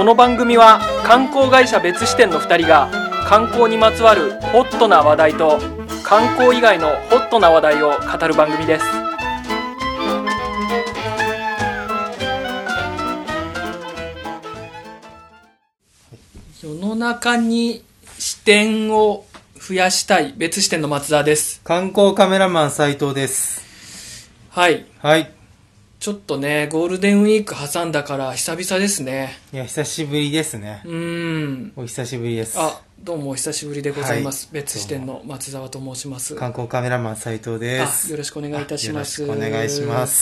この番組は観光会社別支店の2人が観光にまつわるホットな話題と観光以外のホットな話題を語る番組です。世の中に視点を増やしたい別支店の松田です。 観光カメラマン斉藤です。 はい。 はい。 ちょっとね、ゴールデンウィーク挟んだから久々ですね。 いや、久しぶりですね。お久しぶりです。 あ、どうもお久しぶりでございます。はい、別支店の松沢と申します。 観光カメラマン斉藤です。 よろしくお願いいたします。 よろしくお願いします。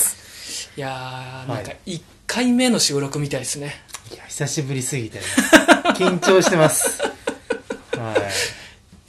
いやー、なんか1回目の収録みたいですね。 いや、久しぶりすぎてね。緊張してます。はい。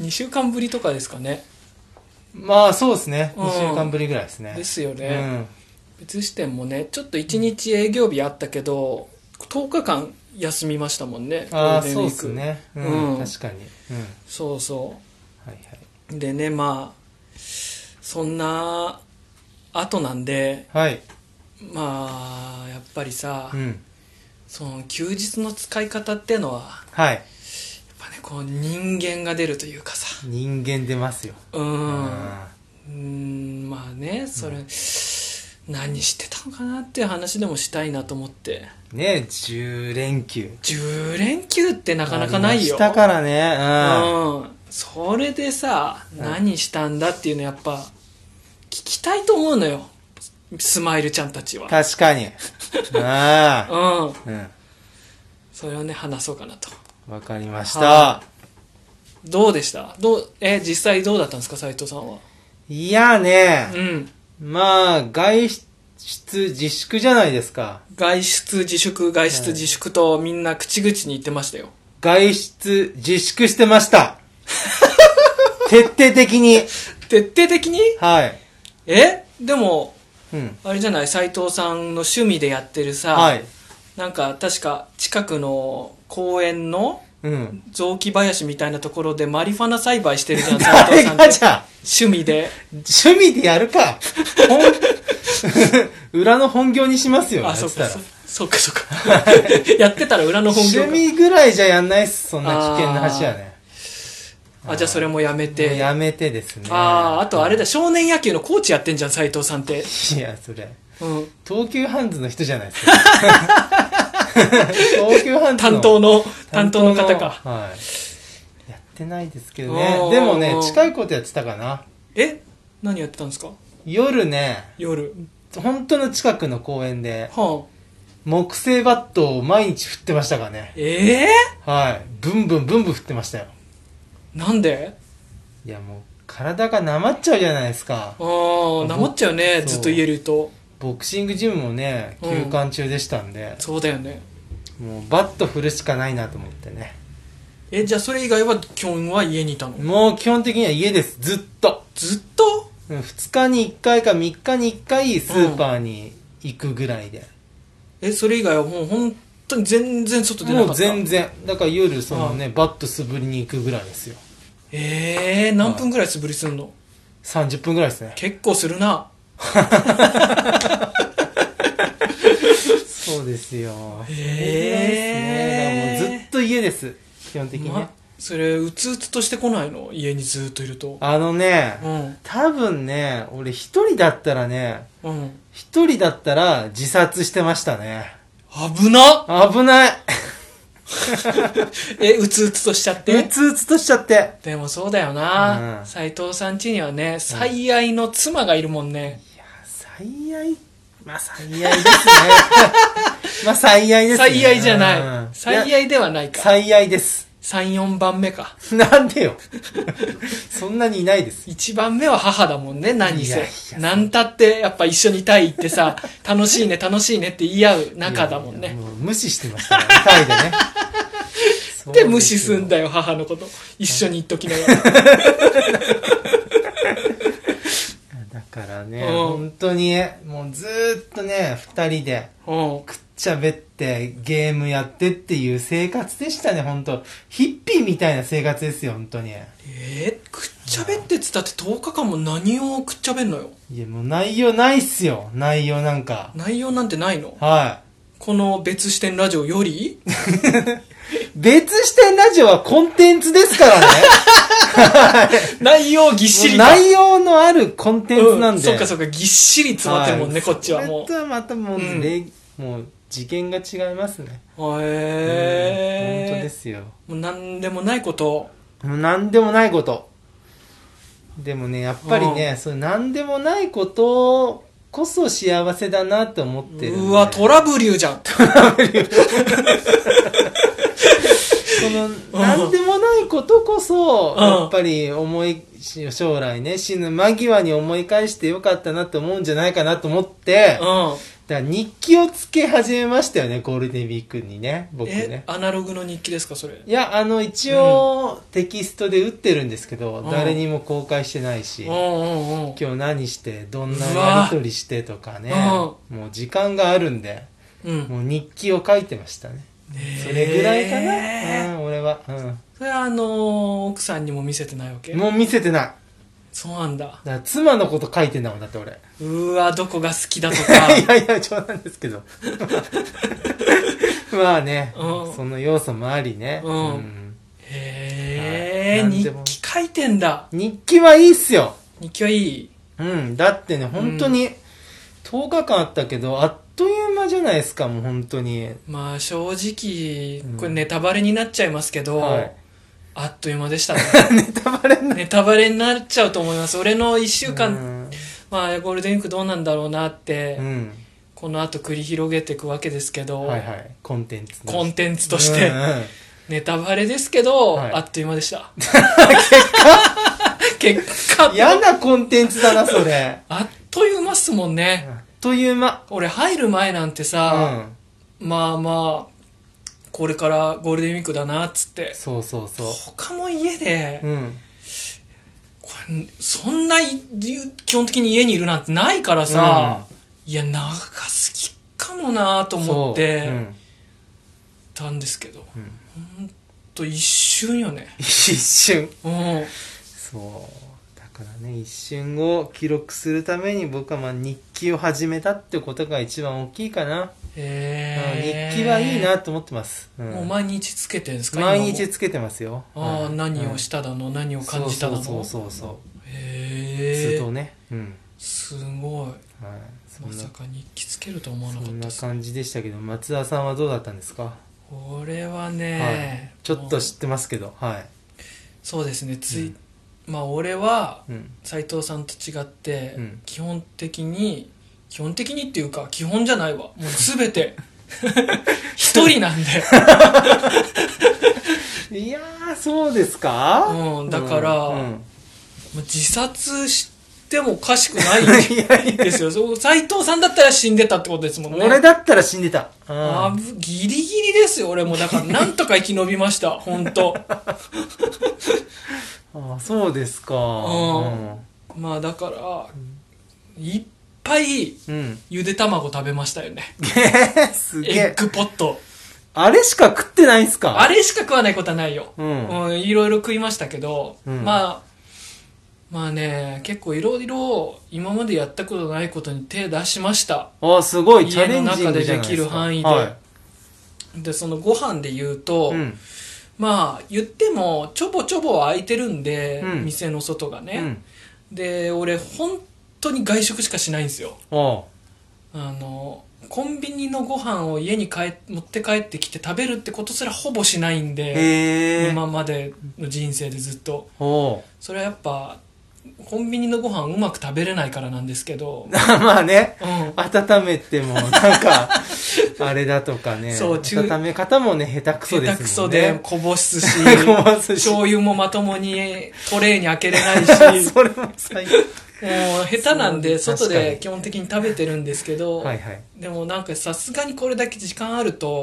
2週間ぶりとかですかね。 まあそうですね。2週間ぶりぐらいですね。 ですよね。別支店もね、ちょっと1日営業日あったけど、10日間休みましたもんね。 ああ、そうですね。確かに。 そうそう。 はいはい。 でね、まあ、そんな後なんで、 はい。 まあ、やっぱりさ、その休日の使い方っていうのは、 はい。 やっぱね、こう人間が出るというかさ。 人間出ますよ。 まあね、それ、何してたのかなっていう話でもしたいなと思ってね。10連休ってなかなかないよ。 したからね。 それでさ、何したんだっていうのやっぱ聞きたいと思うのよ、スマイルちゃんたちは。 確かに。 それをね話そうかなと。 わかりました。 どうでした？実際どうだったんですか、斉藤さんは。 いやね、まあ、外出自粛じゃないですか。 外出自粛とみんな口々に言ってましたよ。 外出自粛してました。徹底的に。 はい。でも、あれじゃない、斉藤さんの趣味でやってるさ、なんか確か近くの公園の雑木林みたいなところでマリファナ栽培してるじゃん、斉藤さんって。趣味でやるか。裏の本業にしますよね。 そうかやってたら裏の本業。 趣味ぐらいじゃやんないっす。そんな危険な話はね。 じゃあそれもやめて。 やめてですね。 あとあれだ、少年野球のコーチやってんじゃん、斉藤さんって。 いや、それ東急ハンズの人じゃないですか。東急ハンズの担当の方か。 やってないですけどね。でもね、近いことやってたかな。 何やってたんですか？ 夜ね、本当の近くの公園で、木製バットを毎日振ってましたからね。はい。ブンブン振ってましたよ。 なんで？ いや、もう体がなまっちゃうじゃないですか。 なまっちゃうね、ずっと家にいると。 ボクシングジムもね、休館中でしたんで。 そうだよね。 もうバット振るしかないなと思ってね。 じゃあそれ以外は基本は家にいたの？ もう基本的には家です。ずっと2日に1回か3日に1回スーパーに行くぐらいで。 それ以外はもう本当に全然外出なかった？ もう全然。だから夜バット素振りに行くぐらいですよ。 何分ぐらい素振りするの ？30分ぐらいですね。 結構するな。 そうですよ。だからもうずっと家です。基本的にね。 それうつうつとしてこないの？家にずっといると。 多分ね、俺一人だったら自殺してましたね。 危ない。うつうつとしちゃって。でもそうだよな。斉藤さん家にはね、最愛の妻がいるもんね。 いや、最愛ですね。最愛ですね。 最愛じゃない。最愛ではないか。 最愛です。 3、4番目か。 なんでよ。そんなにいないです。 1番目は母だもんね、何せ。なんたってやっぱ一緒にいたいってさ、楽しいねって言い合う仲だもんね。 もう無視してましたね、タイでね。 で無視すんだよ、母のこと。一緒に行っときながら。 だからね、本当にもうずーっとね、2人でくっちゃべってゲームやってっていう生活でしたね。本当ヒッピーみたいな生活ですよ、本当に。 くっちゃべってっつったって10日間も何をくっちゃべんのよ。 いや、もう内容ないっすよ。内容なんてないの？ この別視点ラジオより別視点ラジオはコンテンツですからね。 内容ぎっしり。 内容のあるコンテンツなんで。 そうかそうか、ぎっしり詰まってるもんね、こっちはもう。 それとはまたもう、もう次元が違いますね。 へえ。 本当ですよ。 もうなんでもないこと。 もうなんでもないこと。でもね、やっぱりね、そうなんでもないことこそ幸せだなって思ってる。 うわ、トラブリューじゃん。トラブリュー。 この、なんでもないことこそ、やっぱり将来ね、死ぬ間際に思い返してよかったなって思うんじゃないかなと思って、だから日記をつけ始めましたよね、ゴールデンウィークにね、僕ね。 アナログの日記ですか、それ。 いや、一応、テキストで打ってるんですけど、誰にも公開してないし、今日何して、どんなやりとりしてとかね、もう時間があるんで、もう日記を書いてましたね。それぐらいかな、俺は。 それは奥さんにも見せてないわけ？ もう見せてない。 そうなんだ。 だから妻のこと書いてんだもん、だって俺。 うわ、どこが好きだとか。 いやいや、冗談ですけど。まあね、その要素もありね。 へえ、日記書いてんだ。 日記はいいっすよ。 日記はいい。 だってね、本当に、10日間あったけど、あっという間じゃないですか、もう本当に。 まあ正直、これネタバレになっちゃいますけど、あっという間でしたね。ネタバレになっちゃうと思います。俺の1週間、まあゴールデンウィークどうなんだろうなって、この後繰り広げていくわけですけど、 コンテンツとして、ネタバレですけど、あっという間でした。結果嫌なコンテンツだな、それ。 あっという間っすもんね。 あっという間。 俺入る前なんてさ、まあ、これからゴールデンウィークだなっつって。 そう。 他の家で、これそんな基本的に家にいるなんてないからさ、いや、長すぎかもなと思って、たんですけど、ほんと一瞬よね。 一瞬。そう。だからね、一瞬を記録するために僕は日記を始めたってことが一番大きいかな。日記はいいなと思ってます。 もう毎日つけてるんですか？ 毎日つけてますよ。 何をしただの、何を感じただの。 そう。 へ都度ね。 すごい。まさか日記つけると思わなかったです。 そんな感じでしたけど、松田さんはどうだったんですか？ 俺はね、 ちょっと知ってますけど、 そうですね、まあ俺は斉藤さんと違って基本的にっていうか基本じゃないわ、もう全て一人なんで。 いやー、そうですか？ だから、自殺してもおかしくないですよ。斉藤さんだったら死んでたってことですもんね。 俺だったら死んでた。 ギリギリですよ、俺も。だからなんとか生き延びました、本当。 そうですか。 まあだから、いっぱいゆで卵食べましたよね。 すげえ。 エッグポット。 あれしか食ってないんすか？ あれしか食わないことはないよ。いろいろ食いましたけど、まあね、結構いろいろ今までやったことないことに手出しました。 すごいチャレンジングじゃないですか。家の中でできる範囲で。で、そのご飯で言うと、まあ言ってもちょぼちょぼは空いてるんで、店の外がね。で、俺本当に外食しかしないんですよ。コンビニのご飯を家に持って帰ってきて食べるってことすらほぼしないんで、今までの人生でずっと。それはやっぱコンビニのご飯うまく食べれないからなんですけど。 まあね、温めてもなんかあれだとかね、温め方もね下手くそですもんね。下手くそでこぼすし、醤油もまともにトレーに開けれないし。 それも最悪。 もう下手なんで外で基本的に食べてるんですけど、でもなんかさすがにこれだけ時間あると、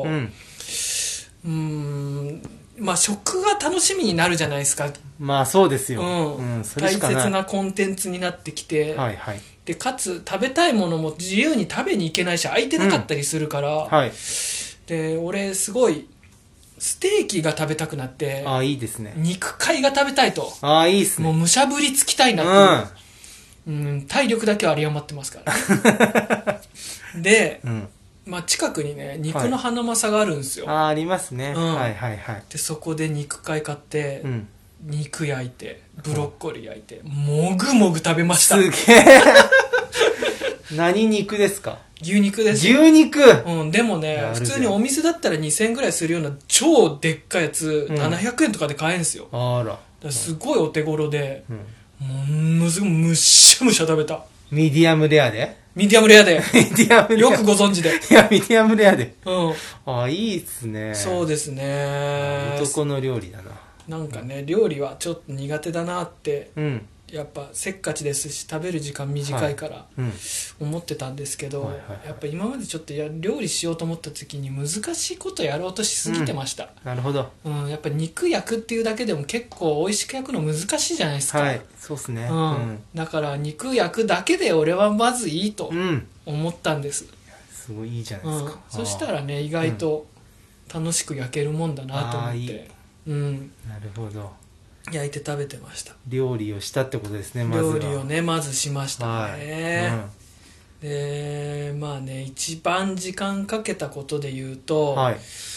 まあ食が楽しみになるじゃないですか。 まあそうですよ。 大切なコンテンツになってきて、でかつ食べたいものも自由に食べに行けないし空いてなかったりするから、で俺すごいステーキが食べたくなって、 いいですね。 肉塊が食べたいと。 いいですね。 もうむしゃぶりつきたいなっていう、体力だけは有り余ってますから、ね。で、 まあ、近くにね肉のハナマサがあるんですよ、 ありますね、 うん、 はいはいはい。 でそこで肉塊買って、うん、肉焼いてブロッコリー焼いて、もぐもぐ食べました。 すげえ何肉ですか？ 牛肉です。 牛肉、 うん、でもね普通にお店だったら2000円ぐらいするような超でっかいやつ、700円とかで買えんすよ。 あら、 だからすごいお手頃で、ものすごいむしゃむしゃ食べた。 ミディアムレアでミディアムレアでミディアムレア、 よくご存知で。 いやミディアムレアで、 うん、 いいっすね。 そうですね、 男の料理だな。なんかね料理はちょっと苦手だなって、 うん、 やっぱせっかちですし食べる時間短いから思ってたんですけど、やっぱ今までちょっと料理しようと思った時に難しいことやろうとしすぎてました、 なるほど、 やっぱ肉焼くっていうだけでも結構美味しく焼くの難しいじゃないですか。 そうですね、 だから肉焼くだけで俺はまずいいと思ったんです、 すごいいいじゃないですか、 そしたらね意外と楽しく焼けるもんだなと思って、なるほど、 焼いて食べてました。 料理をしたってことですね。まずは料理をねまずしましたね、でまあね一番時間かけたことで言うと、まあ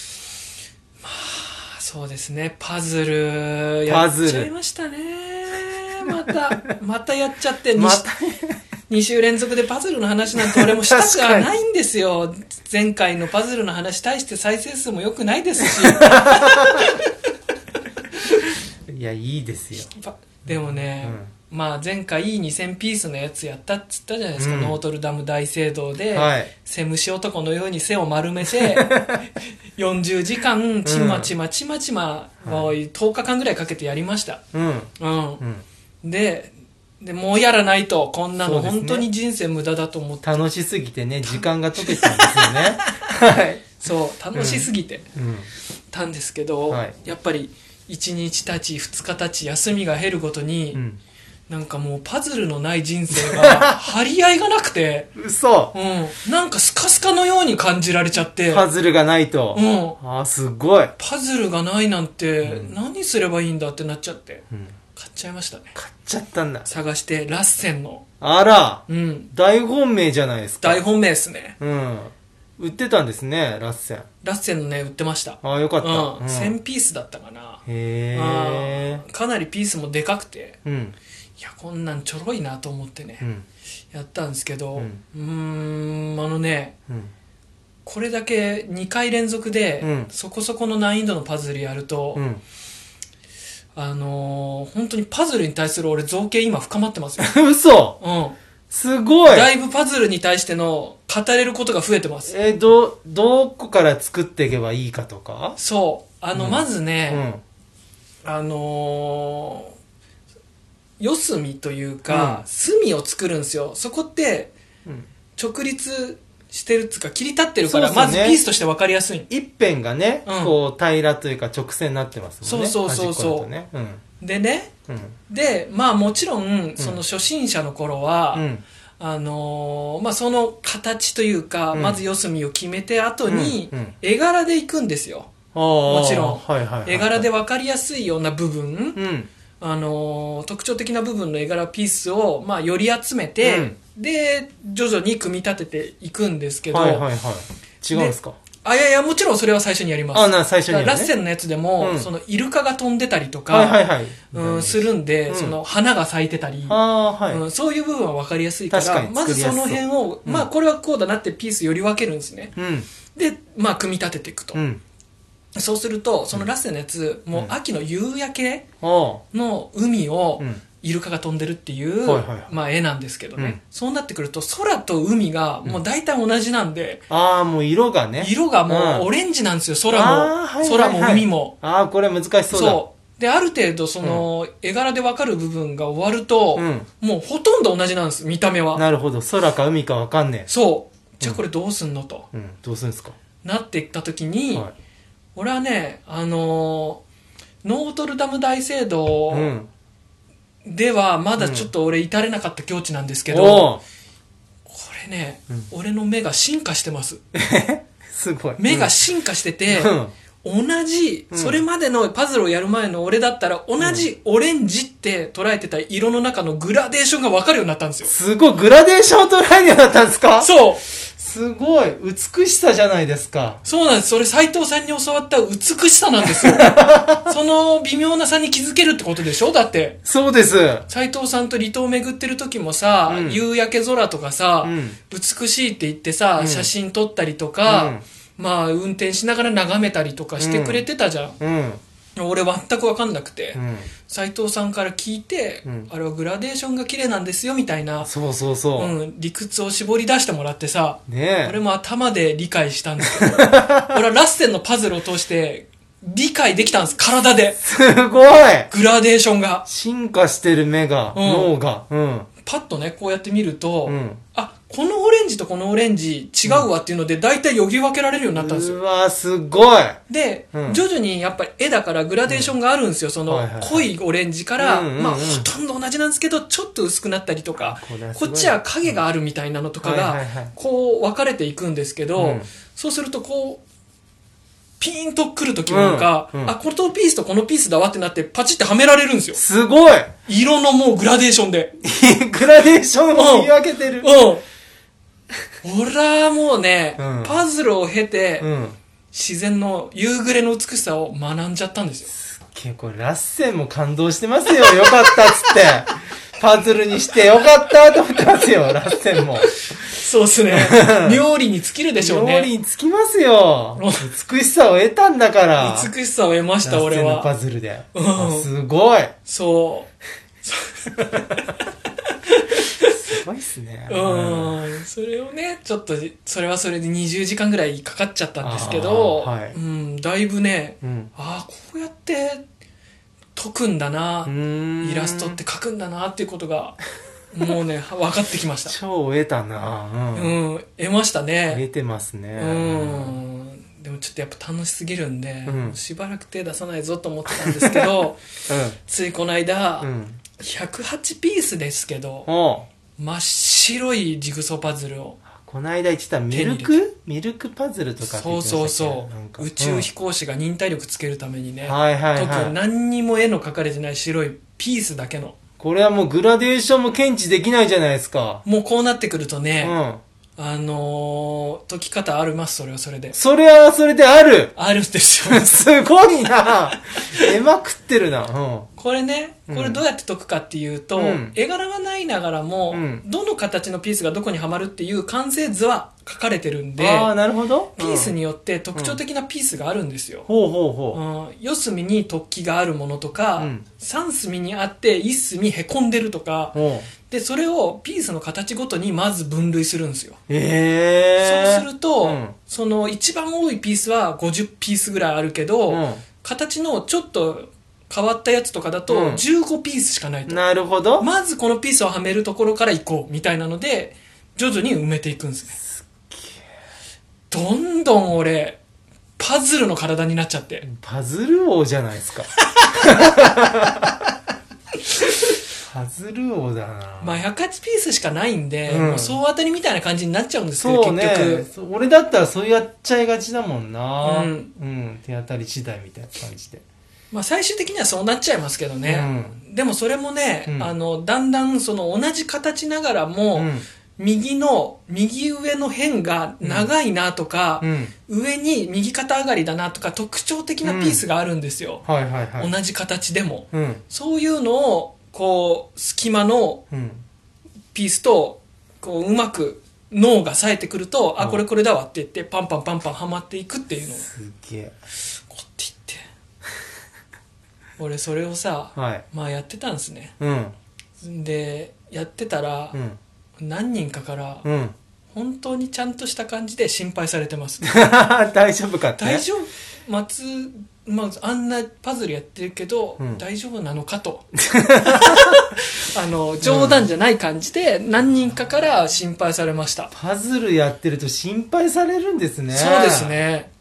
そうですねパズルやっちゃいましたね。またやっちゃって2週連続でパズルの話なんて俺もしたくはないんですよ。前回のパズルの話対して再生数も良くないですしいやいいですよ。 でもね、まあ前回2000ピースのやつやったっつったじゃないですか、ノートルダム大聖堂で、背虫男のように背を丸めて40時間ちまちま10日間ぐらいかけてやりました、でもうやらないとこんなの本当に人生無駄だと思って、 楽しすぎてね時間が解けちゃうんですよねそう楽しすぎて、たんですけど、やっぱり1日たち2日たち休みが減るごとに、なんかもうパズルのない人生が張り合いがなくて嘘、 なんかスカスカのように感じられちゃって、 パズルがないと、すごいパズルがないなんて何すればいいんだってなっちゃって、買っちゃいましたね。 買っちゃったんだ。 探してラッセンの、 あら、大本命じゃないですか。 大本命ですね。 売ってたんですね、ラッセン。 ラッセンのね売ってました。 よかった、 1000ピースだったかな。 へえ。 かなりピースもでかくて、いやこんなんちょろいなと思ってね、やったんですけど、これだけ2回連続で、そこそこの難易度のパズルやると、本当にパズルに対する俺造形今深まってますよ嘘、すごい。 だいぶパズルに対しての語れることが増えてます。 どこから作っていけばいいかとか。 そうまずね、四隅というか、隅を作るんですよ。そこって直立してるっつうか切り立ってるから、まずピースとして分かりやすい。 一辺がね、こう平らというか直線になってますもんね。 そうでね、でまあもちろんその初心者の頃は、その形というか、まず四隅を決めて後に絵柄でいくんですよ。もちろん絵柄で分かりやすいような部分、特徴的な部分の絵柄ピースをより集めて、で徐々に組み立てていくんですけど、 違うんですか？ いやもちろんそれは最初にやります。 最初にやるね。 ラッセンのやつでも、そのイルカが飛んでたりとかするんで、その花が咲いてたり、そういう部分は分かりやすいから、まずその辺を、これはこうだなってピースより分けるんですね。で組み立てていくと、そうするとそのラッセンのやつ、もう秋の夕焼けの海をイルカが飛んでるっていう、絵なんですけどね、そうなってくると空と海がもう大体同じなんで、 もう色がもうオレンジなんですよ。空も海も。 これ難しそうだ。 である程度その絵柄で分かる部分が終わると、もうほとんど同じなんです、見た目は。 なるほど、空か海か分かんねえ。 そうじゃあこれどうすんのと、 どうするんですかなっていった時に、俺はねノートルダム大聖堂ではまだちょっと俺至れなかった境地なんですけど、これね、俺の目が進化してますすごい。 目が進化してて、同じ、それまでのパズルをやる前の俺だったら同じオレンジって捉えてた色の中のグラデーションが分かるようになったんですよ。 すごい、グラデーションを捉えるようになったんですか？ そうすごい美しさじゃないですか。 そうなんです。それ斉藤さんに教わった美しさなんですよ。その微妙な差に気づけるってことでしょ？だって。 そうです。 斉藤さんと離島巡ってる時もさ、夕焼け空とかさ、美しいって言ってさ、写真撮ったりとか、まあ運転しながら眺めたりとかしてくれてたじゃん。俺全く分かんなくて、斉藤さんから聞いて、あれはグラデーションが綺麗なんですよみたいな、 そうそうそう、 理屈を絞り出してもらってさ、 ね、 俺も頭で理解したんですけど俺はラッセンのパズルを通して理解できたんです、体で。 すごいグラデーションが進化してる目が、脳が、 パッとねこうやって見ると、あ、このオレンジとこのオレンジ違うわっていうので大体よぎ分けられるようになったんですよ。 うわすごい。 で、徐々にやっぱり絵だからグラデーションがあるんですよ。その濃いオレンジから、まあほとんど同じなんですけどちょっと薄くなったりとか、こっちは影があるみたいなのとかがこう分かれていくんですけど、そうするとこうピーンとくるときなんか、あ、このピースとこのピースだわってなってパチってはめられるんですよ。 すごい。 色のもうグラデーションでグラデーションを見分けてる。 俺はもうね、パズルを経て、自然の夕暮れの美しさを学んじゃったんですよ。 すっげえ、これラッセンも感動してますよ。よかったっつってパズルにしてよかったと思ってますよ、ラッセンも。 そうですね。妙利に尽きるでしょうね。 妙利に尽きますよ。美しさを得たんだから。 美しさを得ました、俺は。 ラッセンのパズルで。すごい。 そう。 すごいっすね。 それをね、ちょっと、それはそれで20時間ぐらいかかっちゃったんですけど、だいぶね、ああ、こうやって解くんだな、イラストって描くんだなっていうことが、もうね、分かってきました。 超得たな。 得ましたね。 得てますね。 でもちょっとやっぱ楽しすぎるんで、しばらく手出さないぞと思ってたんですけど、ついこの間、108ピースですけど、真っ白いジグソーパズルを。 この間言ってたミルクパズルとかって言ってましたっけ？ そう。宇宙飛行士が忍耐力つけるためにね、特に何にも絵の描かれてない白いピースだけの。 これはもうグラデーションも検知できないじゃないですか。 もうこうなってくるとね、解き方あります、それはそれで。 それはそれである。 あるんですよ。 すごいな。絵まくってるな。 これね、これどうやって解くかっていうと、絵柄はないながらも、どの形のピースがどこにはまるっていう完成図は書かれてるんで、 なるほど。 ピースによって特徴的なピースがあるんですよ。四隅に突起があるものとか、三隅にあって一隅へこんでるとか、でそれをピースの形ごとにまず分類するんですよ。そうすると、その一番多いピースは50ピースぐらいあるけど、形のちょっと変わったやつとかだと15ピースしかないと。 なるほど。 まずこのピースをはめるところから行こうみたいなので徐々に埋めていくんですね。 すっげえ。どんどん俺パズルの体になっちゃって。 パズル王じゃないですか。パズル王だな。 まあ108ピースしかないんで、もう総当たりみたいな感じになっちゃうんですけど、 結局俺だったらそうやっちゃいがちだもんな。手当たり次第みたいな感じで。 まあ最終的にはそうなっちゃいますけどね。でもそれもね、だんだんその同じ形ながらも、右上の辺が長いなとか、上に右肩上がりだなとか特徴的なピースがあるんですよ。同じ形でも。そういうのをこう隙間のピースとこううまく脳が冴えてくると、あ、これだわって言ってパンパンはまっていくっていうのをすげえこうって言って俺それをさ、まあやってたんですね。でやってたら、何人かから、本当にちゃんとした感じで心配されてます。 大丈夫かって。 大丈夫、まずあんなパズルやってるけど、大丈夫なのかと冗談じゃない感じで何人かから心配されました。 パズルやってると心配されるんですね。 そうですね。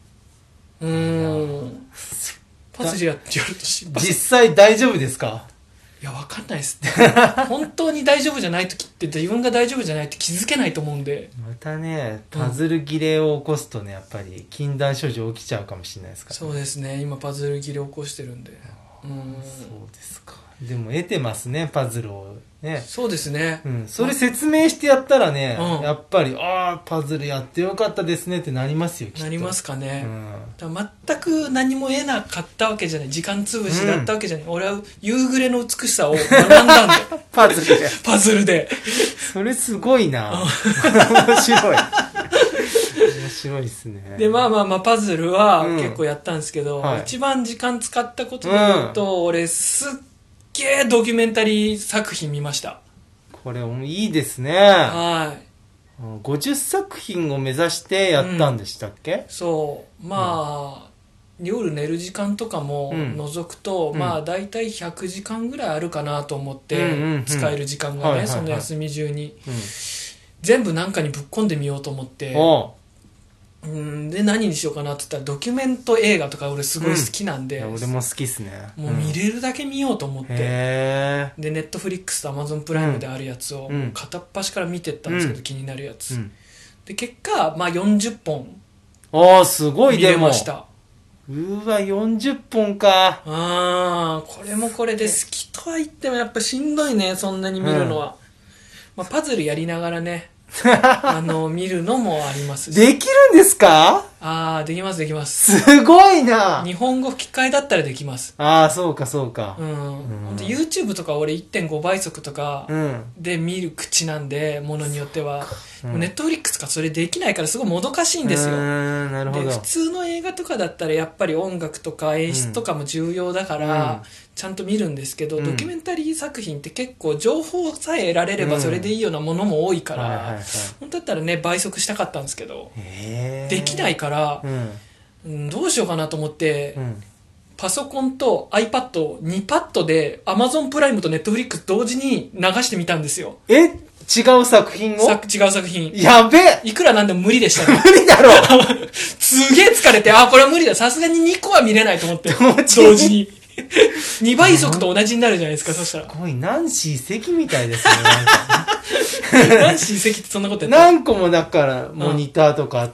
パズルやってやると心配。 実際大丈夫ですか？ いや、わかんないです本当に大丈夫じゃない時って自分が大丈夫じゃないって気づけないと思うんで。 またね、パズル切れを起こすとね、やっぱり禁断症状起きちゃうかもしれないですから、 そうですね。今パズル切れ起こしてるんで。 そうですか。でも得てますね、パズルをね。 そうですね。 それ説明してやったらね、やっぱり、パズルやってよかったですねってなりますよ、きっと。 なりますかね。全く何も得なかったわけじゃない。時間潰しだったわけじゃない。俺は夕暮れの美しさを学んだんだよ。 パズルで。 パズルで。 それすごいな。面白い。面白いですね。 で、パズルは結構やったんですけど、一番時間使ったことで言うと、俺すっげードキュメンタリー作品見ました。 これいいですね。 はい。 50作品を目指してやったんでしたっけ？ そう。夜寝る時間とかも除くと、だいたい100時間ぐらいあるかなと思って、使える時間がね、その休み中に。全部なんかにぶっ込んでみようと思って、で何にしようかなって言ったらドキュメント映画とか俺すごい好きなんで、 俺も好きっすね。 もう見れるだけ見ようと思って、でネットフリックスとアマゾンプライムであるやつを片っ端から見てったんですけど、気になるやつ、で結果40本すごい見れました。 うわ40本か。 これもこれで好きとは言ってもやっぱしんどいね、そんなに見るのは。パズルやりながらね見るのもありますし。 できるんですか？ できますできます。 すごいな。 日本語吹き替えだったらできます。 そうかそうか。 YouTube とか俺 1.5 倍速とかで見る口なんで、ものによっては。ネットフリックスかそれできないからすごいもどかしいんですよ。 なるほど。 で普通の映画とかだったらやっぱり音楽とか演出とかも重要だから、ちゃんと見るんですけど、ドキュメンタリー作品って結構情報さえ得られればそれでいいようなものも多いから、本当だったらね倍速したかったんですけど、できないから、どうしようかなと思って、パソコンと iPad を2パッドで Amazon プライムと Netflix 同時に流してみたんですよ。 違う作品を？ 違う作品。 やべえ！ いくらなんでも無理でしたね。 無理だろすげえ疲れて、これは無理だ。さすがに2個は見れないと思って。同時に。2倍速と同じになるじゃないですか、そしたら。 すごい、ナンシー関みたいですね、 ナンシー関ってそんなことやった？何個もだからモニターとかあって、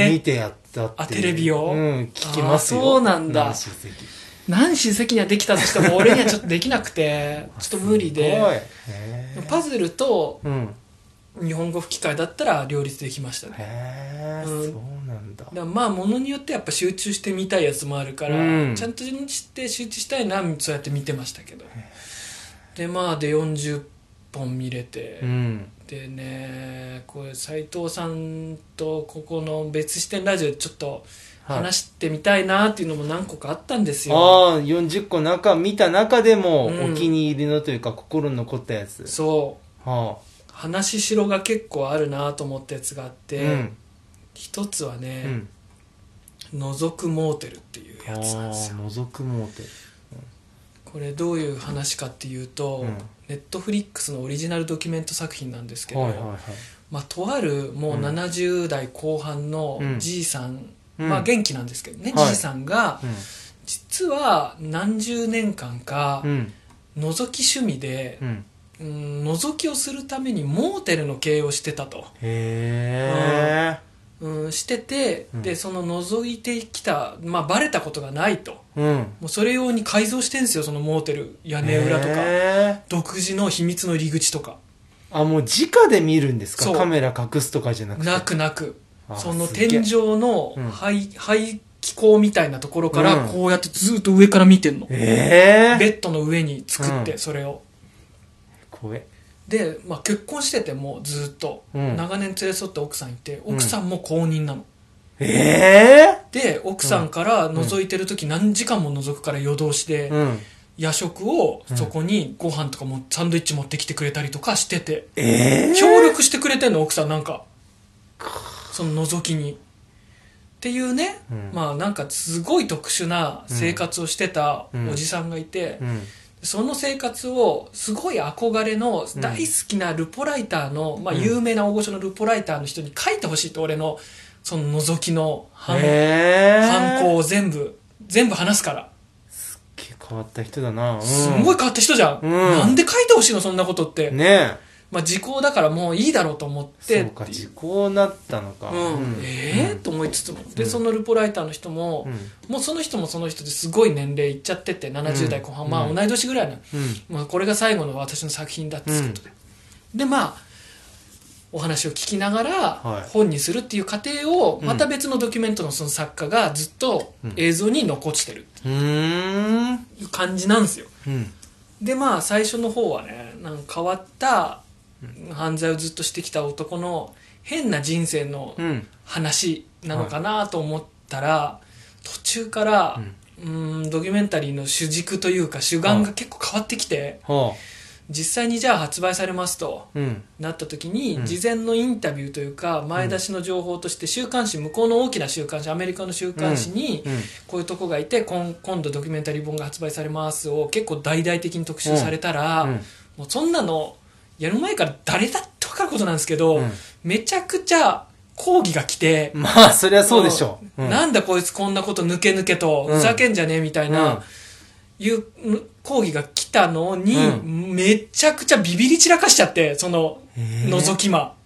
見てやったっていう。 テレビを？ 聞きますよ。 そうなんだ。 ナンシー関。 ナンシー関にはできたとしても俺にはちょっとできなくてちょっと無理で、パズルと日本語吹き替えだったら両立できましたね。 そうなんだ。 ものによってやっぱ集中して見たいやつもあるから、ちゃんとして集中したいな、そうやって見てましたけど、で40本見れて、でね、これ斉藤さんとここの別視点ラジオでちょっと話してみたいなっていうのも何個かあったんですよ。 40個見た中でもお気に入りのというか心に残ったやつ。 そう。話しろが結構あるなと思ったやつがあって、一つはね、覗くモーテルっていうやつなんですよ。 覗くモーテル。 これどういう話かっていうと、ネットフリックスのオリジナルドキュメント作品なんですけど、とあるもう70代後半のじいさん、元気なんですけどね、じいさんが、実は何十年間か覗き趣味で、覗きをするためにモーテルの経営をしてたと。してて、でその覗いてきた、バレたことがないと、もうそれ用に改造してんですよ、そのモーテル。屋根裏とか独自の秘密の入り口とか。 もう直で見るんですか？カメラ隠すとかじゃなくて。 なくその天井の排気口みたいなところからこうやってずっと上から見てんの。ベッドの上に作って、それを怖い。 で、結婚しててもずっと、長年連れ添って奥さんいて、奥さんも公認なの。で奥さんから覗いてる時何時間も覗くから夜通しで、夜食をそこにご飯とかもサンドイッチ持ってきてくれたりとかしてて、協力してくれてんの奥さん、なんかその覗きにっていうね、なんかすごい特殊な生活をしてたおじさんがいて、その生活をすごい憧れの大好きなルポライターの、有名な大御所のルポライターの人に書いてほしいと、俺のその覗きの犯行を全部話すから。 すっげえ変わった人だな。 すごい変わった人じゃん。なんで書いてほしいのそんなことって。 まあ時効だからもういいだろうと思ってそうか、時効になったのか。 と思いつつも。で、そのルポライターの人も、もうその人もその人ですごい年齢いっちゃってて、70代後半、まあ同い年ぐらいな、まあこれが最後の私の作品だっていうことで。で、まあ、お話を聞きながら本にするっていう過程を、また別のドキュメントのその作家がずっと映像に残してるっていう感じなんですよ。で、まあ最初の方はね、なんか変わった犯罪をずっとしてきた男の変な人生の話なのかなと思ったら、途中からドキュメンタリーの主軸というか主眼が結構変わってきて、実際にじゃあ発売されますとなった時に、事前のインタビューというか前出しの情報として週刊誌、向こうの大きな週刊誌、アメリカの週刊誌にこういうとこがいて、今度ドキュメンタリー本が発売されますを結構大々的に特集されたら、もうそんなのやる前から誰だって分かることなんですけど、めちゃくちゃ抗議が来て、 まあそりゃそうでしょう、 なんだこいつこんなこと抜け抜けとふざけんじゃねえみたいな、いう抗議が来たのに、めちゃくちゃビビり散らかしちゃって、その覗き魔。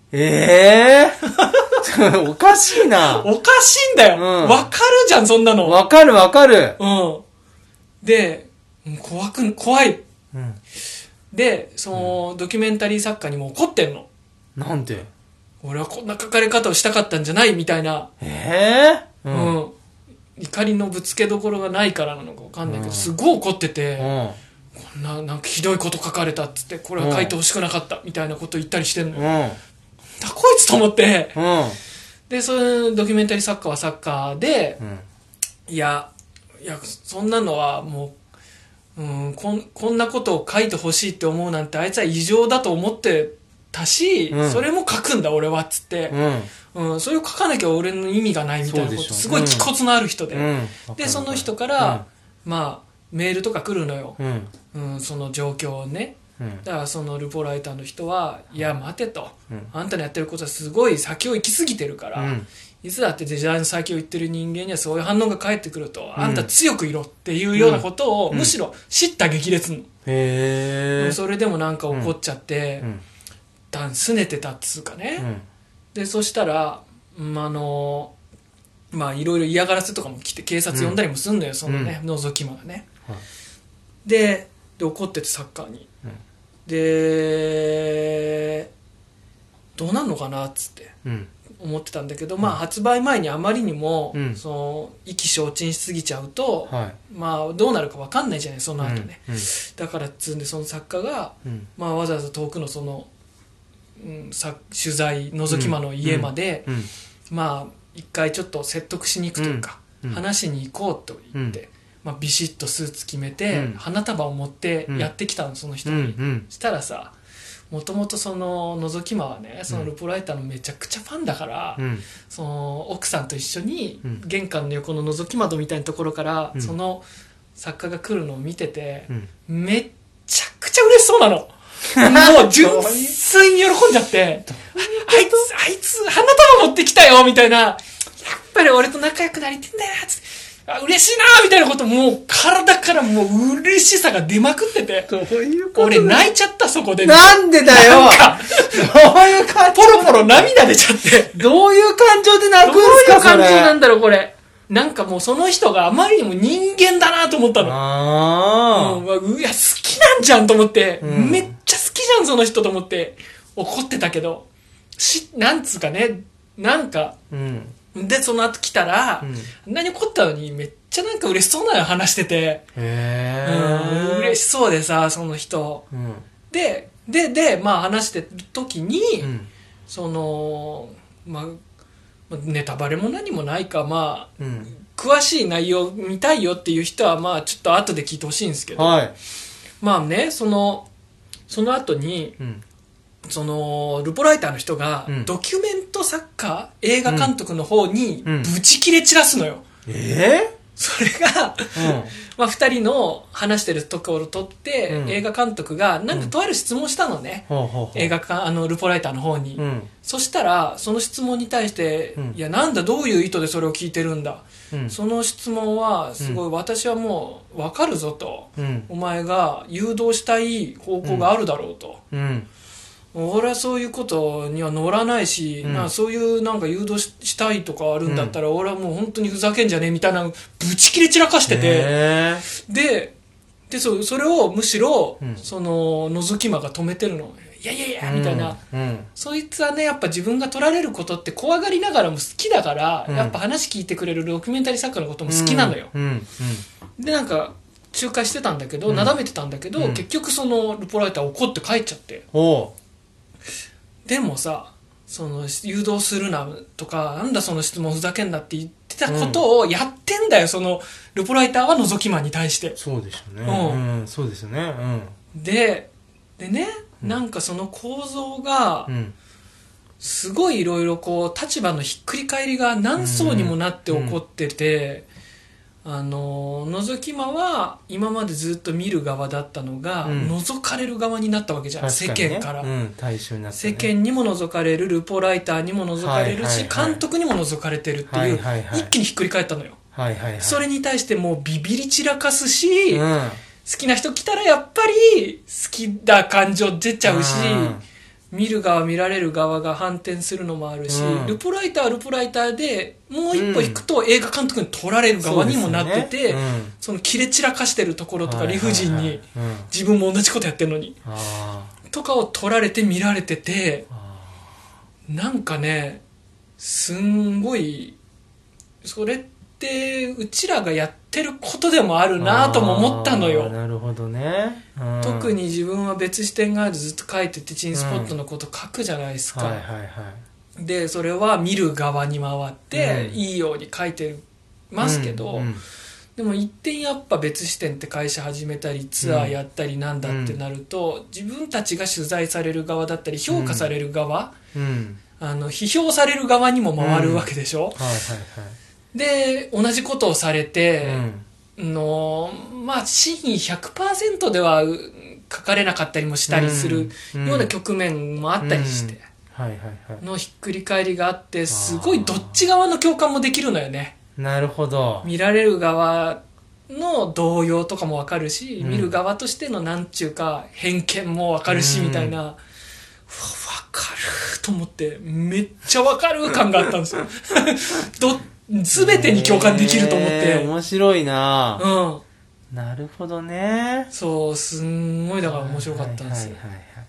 おかしいな。 おかしいんだよ。わかるじゃん、そんなの。 わかるわかる。 で、怖い。で、その、ドキュメンタリー作家にも怒ってんの。 なんで？ 俺はこんな書かれ方をしたかったんじゃないみたいな。怒りのぶつけどころがないからなのか分かんないけど、すごい怒ってて、こんな、なんかひどいこと書かれたっつって、これは書いてほしくなかったみたいなこと言ったりしてんのよ。だこいつと思って、で、そういうドキュメンタリー作家は作家で、いや、そんなのはもう、こんなことを書いてほしいって思うなんてあいつは異常だと思ってたし、それも書くんだ俺はっつって、それを書かなきゃ俺の意味がないみたいなこと、すごい気骨のある人で、でその人から、まあメールとか来るのよ、その状況をね、だからそのルポライターの人は、いや待てと、あんたのやってることはすごい先を行き過ぎてるから、いつだって時代の先を言ってる人間にはそういう反応が返ってくると、あんた強くいろっていうようなことを、むしろ叱咤激烈の、それでもなんか怒っちゃって、拗ねてたっつうかね、でそしたらまあいろいろ嫌がらせとかも来て警察呼んだりもすんのよ、そのね、覗き魔がね、で怒っててサッカーに、でどうなんのかなっつって思ってたんだけど、まあ発売前にあまりにも、その意気消沈しすぎちゃうと、まあどうなるか分かんないじゃない、その後ね、だからっつうんでその作家が、まあわざわざ遠くのその取材覗き魔の家まで、まあ一回ちょっと説得しに行くというか、話しに行こうと言って、まあ、ビシッとスーツ決めて、花束を持ってやってきたの、その人に、したらさ、もともとその覗き魔はね、そのルポライターのめちゃくちゃファンだから、その奥さんと一緒に玄関の横の覗き窓みたいなところから、その作家が来るのを見てて、めっちゃくちゃ嬉しそうなの。もう純粋に喜んじゃって、あいつ花束持ってきたよみたいな、やっぱり俺と仲良くなりてんだよつって、嬉しいなみたいなこと、もう体からもう嬉しさが出まくってて、 どういうこと？ 俺泣いちゃった、そこで。 なんでだよ。なんかどういう感情？ ポロポロ涙出ちゃって。 どういう感情で泣くんですか、それ。 どういう感情なんだろう、これ。なんかもうその人があまりにも人間だなと思ったの。いや、好きなんじゃんと思って、めっちゃ好きじゃん、その人と思って、怒ってたけど、なんつうかね、なんか、で、その後来たら、何怒ったのにめっちゃなんか嬉しそうなの話してて、嬉しそうでさ、その人。で、まあ話してる時に、その、まあ、ネタバレも何もないか、まあ、詳しい内容見たいよっていう人は、まあ、ちょっと後で聞いてほしいんですけど、まあね、その後に、その、ルポライターの人が、ドキュメント作家、映画監督の方に、ブチ切れ散らすのよ。それが、まあ、2人の話してるところを撮って、映画監督がなんかとある質問したのね、映画かルポライターの方に、そしたらその質問に対して、いやなんだどういう意図でそれを聞いてるんだ、その質問はすごい、私はもう分かるぞと、お前が誘導したい方向があるだろうと、 俺はそういうことには乗らないし、そういうなんか誘導したいとかあるんだったら、俺はもう本当にふざけんじゃねえみたいな、ぶち切れ散らかしてて、で、それをむしろ、その、覗き魔が止めてるの。いやいやいや、みたいな、そいつはね、やっぱ自分が取られることって怖がりながらも好きだから、やっぱ話聞いてくれるドキュメンタリー作家のことも好きなのよ。で、なんか、仲介してたんだけど、なだめてたんだけど、結局その、ルポライター怒って帰っちゃって。でもさ、その、誘導するなとか、なんだその質問ふざけんなって言ってたことをやってんだよ、その、ルポライターは覗き魔に対して。 そうでしょうね。そうですよね。 でね、なんかその構造が、すごいいろいろこう、立場のひっくり返りが何層にもなって起こってて、覗き魔は今までずっと見る側だったのが、覗かれる側になったわけじゃん、世間から、 対象になった世間にも覗かれる、ルポライターにも覗かれるし、監督にも覗かれてるっていう、一気にひっくり返ったのよ。それに対してもうビビり散らかすし、好きな人来たらやっぱり好きだ感情出ちゃうし、見る側見られる側が反転するのもあるし、ルポライターはルポライターでもう一歩行くと映画監督に取られる側にもなってて、その切れ散らかしてるところとか理不尽に自分も同じことやってるのにとかを取られて見られてて、なんかね、すんごいそれってうちらがやってることでもあるなとも思ったのよ。 なるほどね。 特に自分は別視点があるずっと書いてて、チンスポットのこと書くじゃないですか。でそれは見る側に回っていいように書いてますけど、でも一点やっぱ別視点って会社始めたりツアーやったりなんだってなると、自分たちが取材される側だったり評価される側、批評される側にも回るわけでしょ。で同じことをされて、まあ真意 100% では書かれなかったりもしたりするような局面もあったりして、のひっくり返りがあって、すごいどっち側の共感もできるのよね。 なるほど。 見られる側の動揺とかもわかるし、見る側としてのなんちゅうか偏見もわかるし、みたいな、わかると思って、めっちゃわかる感があったんですよ。全てに共感できると思って。 面白いな。なるほどね。 そう、すんごいだから面白かったんですよ。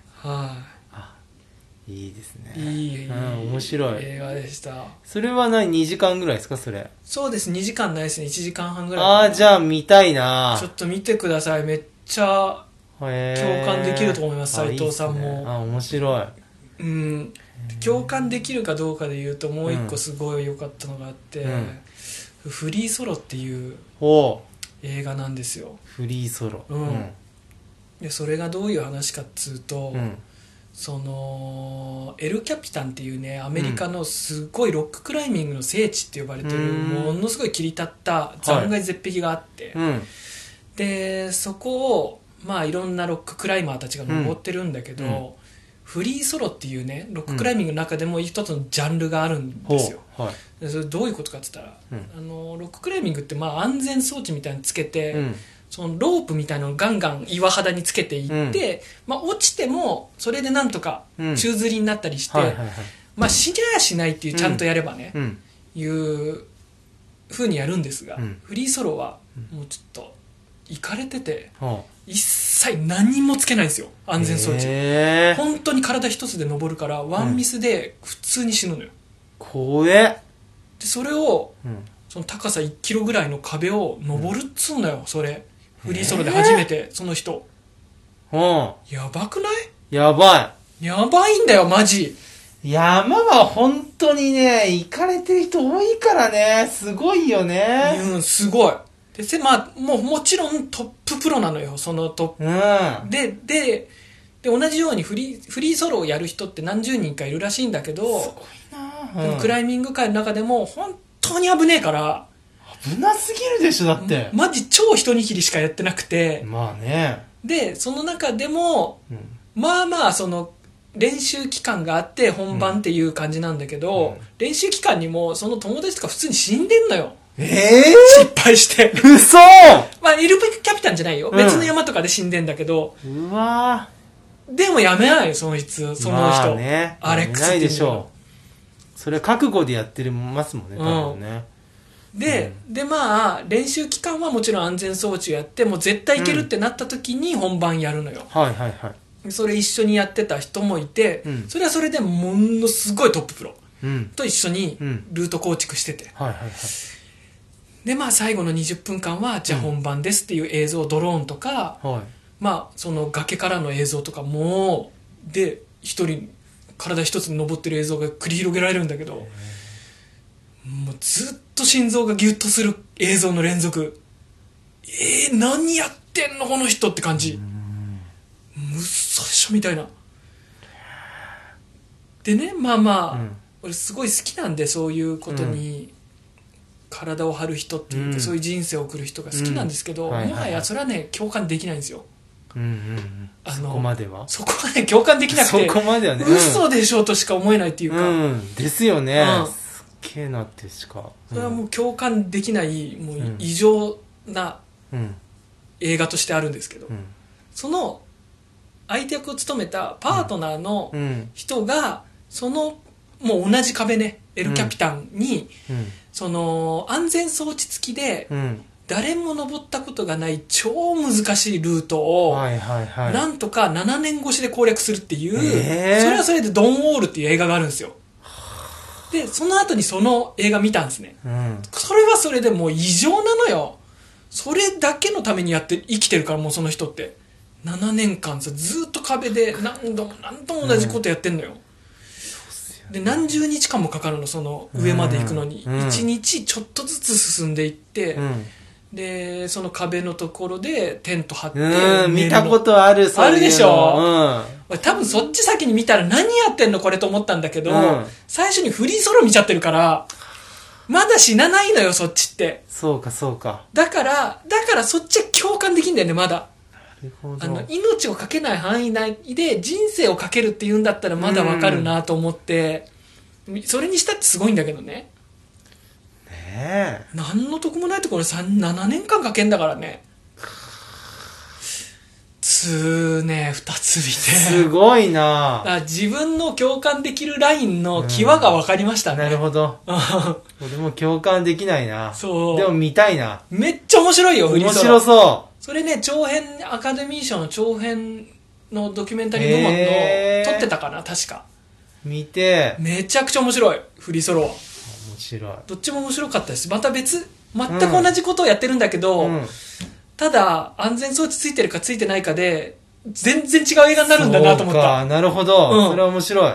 いいですね。 いい面白い映画でした。 それは2時間ぐらいですか、それ。 そうです、2時間ないですね。1時間半ぐらい。 じゃあ見たいな。 ちょっと見てください。めっちゃ共感できると思います、斉藤さんも。 面白い。 共感できるかどうかで言うと、もう一個すごい良かったのがあって、フリーソロっていう映画なんですよ。 フリーソロ。 でそれがどういう話かっつうと、そのエル・キャピタンっていうね、アメリカのすごいロッククライミングの聖地って呼ばれてる、ものすごい切り立った断崖絶壁があって、でそこをまあいろんなロッククライマーたちが登ってるんだけど、フリーソロっていうね、ロッククライミングの中でも一つのジャンルがあるんですよ。でそれどういうことかって言ったら、ロッククライミングってまあ安全装置みたいにつけて、そのロープみたいなのをガンガン岩肌につけていって、まあ、落ちてもそれでなんとか宙吊りになったりして、まあ死にゃしないっていう、ちゃんとやればね、いう風にやるんですが、フリーソロはもうちょっといかれてて、一切何もつけないんですよ、安全装置。本当に体一つで登るから、ワンミスで普通に死ぬのよ。 怖え。 でそれを、その高さ1キロぐらいの壁を登るっつうんだよ、それ。フリーソロで初めて、その人。やばくない？ やばい。やばいんだよ、マジ。 山は本当にね、行かれてる人多いからね、すごいよね。 すごい。で、まあ、もちろんトッププロなのよ、そのトップ。で、同じようにフリーソロをやる人って何十人かいるらしいんだけど、 すごいな。 クライミング界の中でも本当に危ねえから、 危なすぎるでしょ、だって。 マジ超一握りしかやってなくて。 まあね。 で、その中でも、まあまあ、その、練習期間があって本番っていう感じなんだけど、練習期間にもその友達とか普通に死んでんのよ。失敗して。 嘘。 まあ、エル・キャピタンじゃないよ。別の山とかで死んでんだけど。 うわでもやめないよ、その人。 まあね、 アレックスってないでしょう。それは覚悟でやってますもんね、多分ね。 で、まあ、練習期間はもちろん安全装置をやって、もう絶対いけるってなった時に本番やるのよ。 はいはいはい。 それ一緒にやってた人もいて、それはそれでものすごいトッププロと一緒にルート構築してて。 はいはいはい。 で、まあ最後の20分間は、じゃあ本番ですっていう映像、ドローンとか、まあその崖からの映像とかも、で、体一つに登ってる映像が繰り広げられるんだけど、もうずっと心臓がギュッとする映像の連続。何やってんのこの人って感じ。嘘でしょみたいな。でね、まあまあ、俺すごい好きなんで、そういうことに体を張る人っていうか、そういう人生を送る人が好きなんですけど、もはやそれはね、共感できないんですよ。 そこまではそこはね、共感できなくて、 そこまではね、 嘘でしょとしか思えないっていうか。 ですよね。すっげえなってしか。 それはもう共感できない、もう異常な映画としてあるんですけど、その相手役を務めたパートナーの人が、もう同じ壁ね、エル・キャピタンに、その安全装置付きで、誰も登ったことがない超難しいルートを、なんとか7年越しで攻略するっていう、それはそれでドン・ウォールっていう映画があるんですよ。で、その後にその映画見たんですね。それはそれでもう異常なのよ。それだけのために生きてるから、もうその人って。7年間さ、ずっと壁で何度も同じことやってんのよ。で、何十日間もかかるの、その上まで行くのに。1日ちょっとずつ進んでいって、で、その壁のところでテント張って、 見たことある、 そういうのあるでしょ。多分そっち先に見たら何やってんのこれと思ったんだけど、最初にフリーソロ見ちゃってるから、まだ死なないのよ、そっちって。 そうか、そうか。 だからそっちは共感できんだよね、まだ。 なるほど。 命をかけない範囲内で人生をかけるって言うんだったらまだわかるなと思って、それにしたってすごいんだけどね。何の得もないところ7年間かけんだからね。2つ見て。 すごいな自分の共感できるラインの際が分かりましたね。 なるほど。俺も共感できないな。 そう。 でも見たいな。 めっちゃ面白いよ、 面白そう。 それね、アカデミー賞の長編のドキュメンタリー部門の、撮ってたかな、確か。 見て。 めちゃくちゃ面白い、フリーソロは。 面白い。 どっちも面白かったです。また全く同じことをやってるんだけど、ただ、安全装置ついてるかついてないかで、全然違う映画になるんだなと思った。 そうか、なるほど。それは面白い。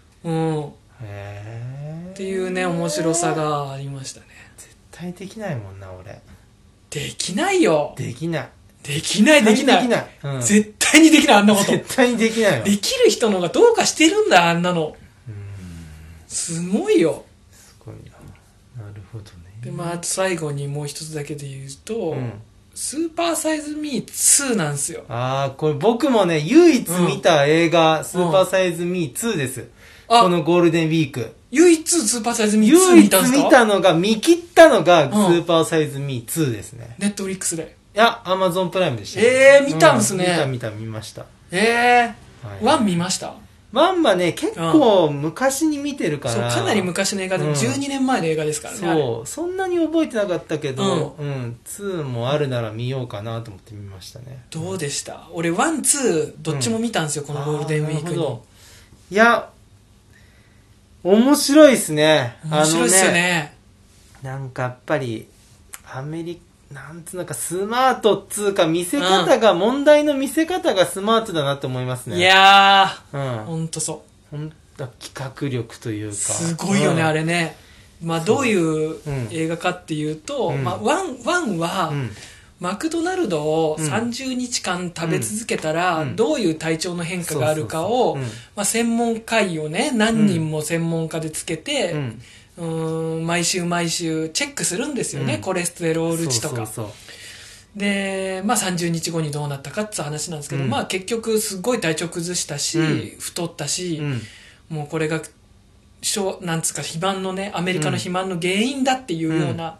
っていうね、面白さがありましたね。 絶対できないもんな、俺。 できないよ。 できない。 できない。絶対にできない、あんなこと。 絶対にできないよ。 できる人の方がどうかしてるんだ、あんなの。すごいよ。 すごいな。なるほどね。 で、まあ、最後にもう一つだけで言うと、スーパーサイズミー2なんですよ。 これ僕もね、唯一見た映画、スーパーサイズミー2です。このゴールデンウィーク。 唯一スーパーサイズミー2見たんですか？ 唯一見たのが、見切ったのが、スーパーサイズミー2ですね。 ネットフリックスで。 いや、アマゾンプライムでした。 見たんすね。 見ました。 1見ました？ ワンはね、結構昔に見てるから。 そう、かなり昔の映画で、12年前の映画ですからね。 そう、そんなに覚えてなかったけど、2もあるなら見ようかなと思って見ましたね。 どうでした？俺、1、2、どっちも見たんですよ、このゴールデンウィークに。 いや、面白いですね。 面白いっすよね。 なんかやっぱり、なんつうのか、スマートっつうか、問題の見せ方がスマートだなと思いますね。 いやー、ほんとそう。 企画力というか。 すごいよね、あれね。まあ、どういう映画かっていうと、まあ、1は、マクドナルドを30日間食べ続けたら、どういう体調の変化があるかを、専門家医をね、何人も専門家でつけて、毎週チェックするんですよね、コレステロール値とか。で、まあ30日後にどうなったかって話なんですけど、まあ結局すごい体調崩したし、太ったし、もうこれが、なんつうか肥満のね、アメリカの肥満の原因だっていうような、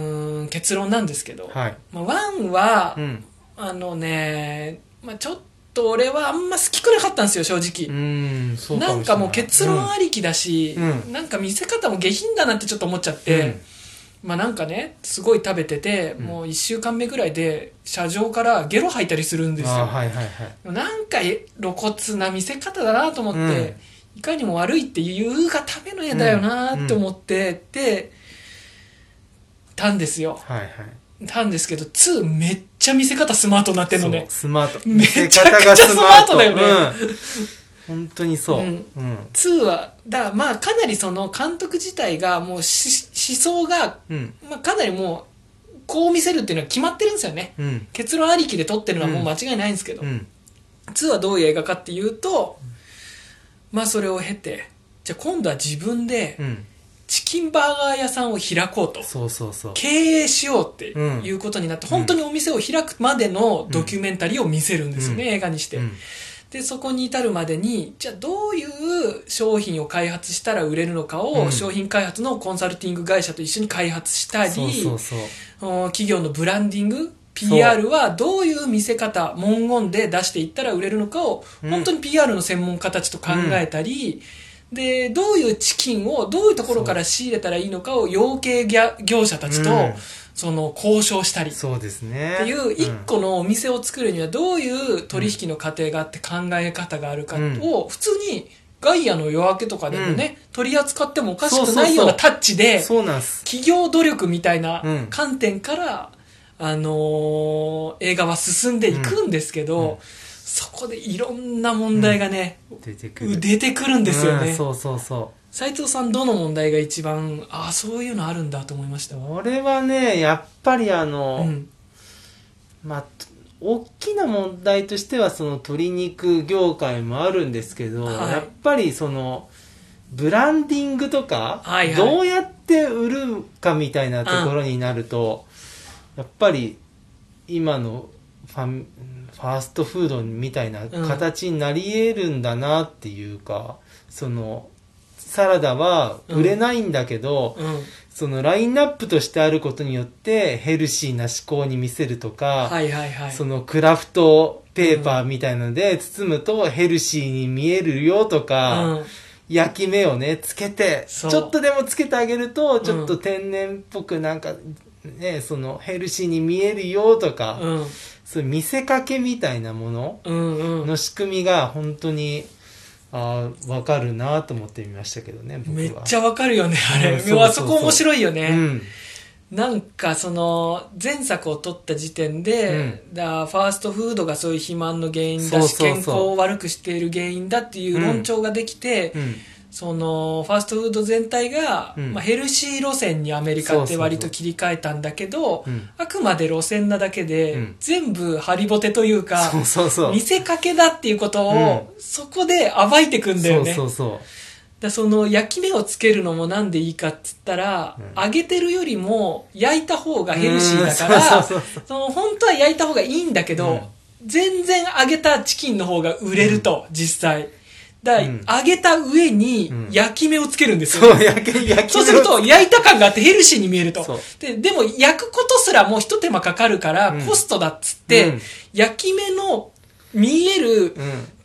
結論なんですけど、まあ1は、まあちょっと俺はあんま好きくなかったんですよ、正直。 そうかもしれない。 なんかもう結論ありきだし、なんか見せ方も下品だなってちょっと思っちゃって、まあなんかね、すごい食べてて、もう1週間目ぐらいで車上からゲロ吐いたりするんですよ。なんか露骨な見せ方だなと思って、いかにも悪いって言うがための絵だよなって思ってて、たんですよ。たんですけど、2めっちゃ見せ方スマートになってんのね。 スマート。 めちゃくちゃスマートだよね。 本当にそう。 2は、まあかなりその監督自体がもう思想が、まあかなりもうこう見せるっていうのは決まってるんですよね。結論ありきで撮ってるのはもう間違いないんですけど、2はどういう映画かっていうと、まあそれを経て、じゃあ今度は自分で、チキンバーガー屋さんを開こうと。経営しようっていうことになって、本当にお店を開くまでのドキュメンタリーを見せるんですよね、映画にして。で、そこに至るまでに、じゃあどういう商品を開発したら売れるのかを、商品開発のコンサルティング会社と一緒に開発したり、企業のブランディング、PR はどういう見せ方、文言で出していったら売れるのかを、本当に PR の専門家たちと考えたり、で、どういうチキンをどういうところから仕入れたらいいのかを養鶏業者たちと、その交渉したりっていう一個のお店を作るにはどういう取引の過程があって考え方があるかを普通にガイアの夜明けとかでもね、取り扱ってもおかしくないようなタッチで企業努力みたいな観点から映画は進んでいくんですけど、そこでいろんな問題がね、出てくるんですよね。斉藤さん、どの問題が一番そういうのあるんだと思いました？ 俺はね、やっぱりまあ大きな問題としてはその鶏肉業界もあるんですけど、やっぱりそのブランディングとか、どうやって売るかみたいなところになると、やっぱり今のファーストフードみたいな形になり得るんだなっていうか、そのサラダは売れないんだけど、そのラインナップとしてあることによってヘルシーな思考に見せるとか、そのクラフトペーパーみたいので包むとヘルシーに見えるよとか、焼き目をねつけてちょっとでもつけてあげるとちょっと天然っぽくなんかね、そのヘルシーに見えるよとか、そういう見せかけみたいなものの仕組みが本当に分かるなと思ってみましたけどね、僕は。 めっちゃ分かるよね、あれ。あそこ面白いよね。なんかその前作を撮った時点で、ファーストフードがそういう肥満の原因だし、健康を悪くしている原因だっていう論調ができて、そのファーストフード全体が、ヘルシー路線にアメリカって割と切り替えたんだけど、あくまで路線なだけで、全部ハリボテというか、見せかけだっていうことを、そこで暴いてくんだよね。その焼き目をつけるのもなんでいいかっつったら、揚げてるよりも焼いた方がヘルシーだから、その本当は焼いた方がいいんだけど、全然揚げたチキンの方が売れると、実際。揚げた上に焼き目をつけるんですよ、そうすると焼いた感があってヘルシーに見えると。でも焼くことすらもう一手間かかるからコストだっつって、焼き目の見える、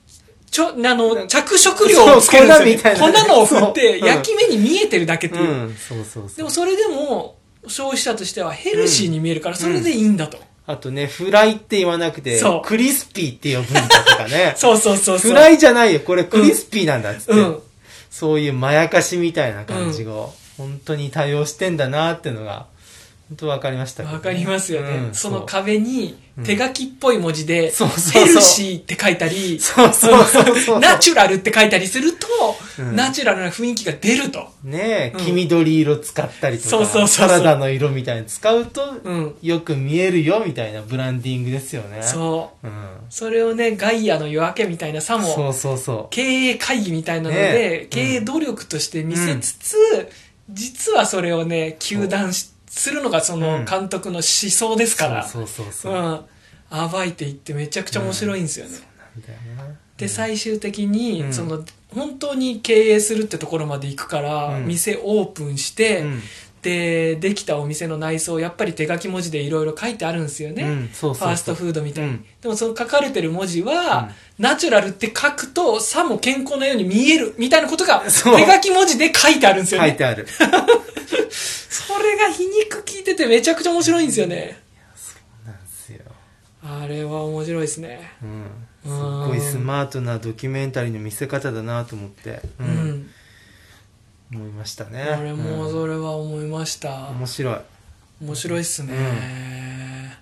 着色料をつけるんですよね。粉のを振って焼き目に見えてるだけっていう。でもそれでも消費者としてはヘルシーに見えるからそれでいいんだと。 あとね、フライって言わなくて、クリスピーって呼ぶんだとかね。フライじゃないよ、これクリスピーなんだっつって。そういうまやかしみたいな感じを、本当に多用してんだなっていうのが、本当わかりましたけどね。 わかりますよね。その壁に手書きっぽい文字で、ヘルシーって書いたり、ナチュラルって書いたりすると、ナチュラルな雰囲気が出ると。 ねえ、黄緑色使ったりとか、サラダの色みたいに使うと、よく見えるよみたいなブランディングですよね。それをね、ガイアの夜明けみたいなさも、経営会議みたいなので、経営努力として見せつつ、実はそれをね、糾弾するのがその監督の思想ですから、暴いていってめちゃくちゃ面白いんですよね。で最終的にその本当に経営するってところまで行くから、店オープンして、 でできたお店の内装やっぱり手書き文字でいろいろ書いてあるんですよね、ファーストフードみたいに、でもその書かれてる文字は、ナチュラルって書くとさも健康なように見えるみたいなことが手書き文字で書いてあるんですよね。 書いてあるそれが皮肉聞いててめちゃくちゃ面白いんですよね。いや、 そうなんですよ。 あれは面白いですね。 すごいスマートなドキュメンタリーの見せ方だなと思って、思いましたね。 あれもそれは思いました。 面白いっすね、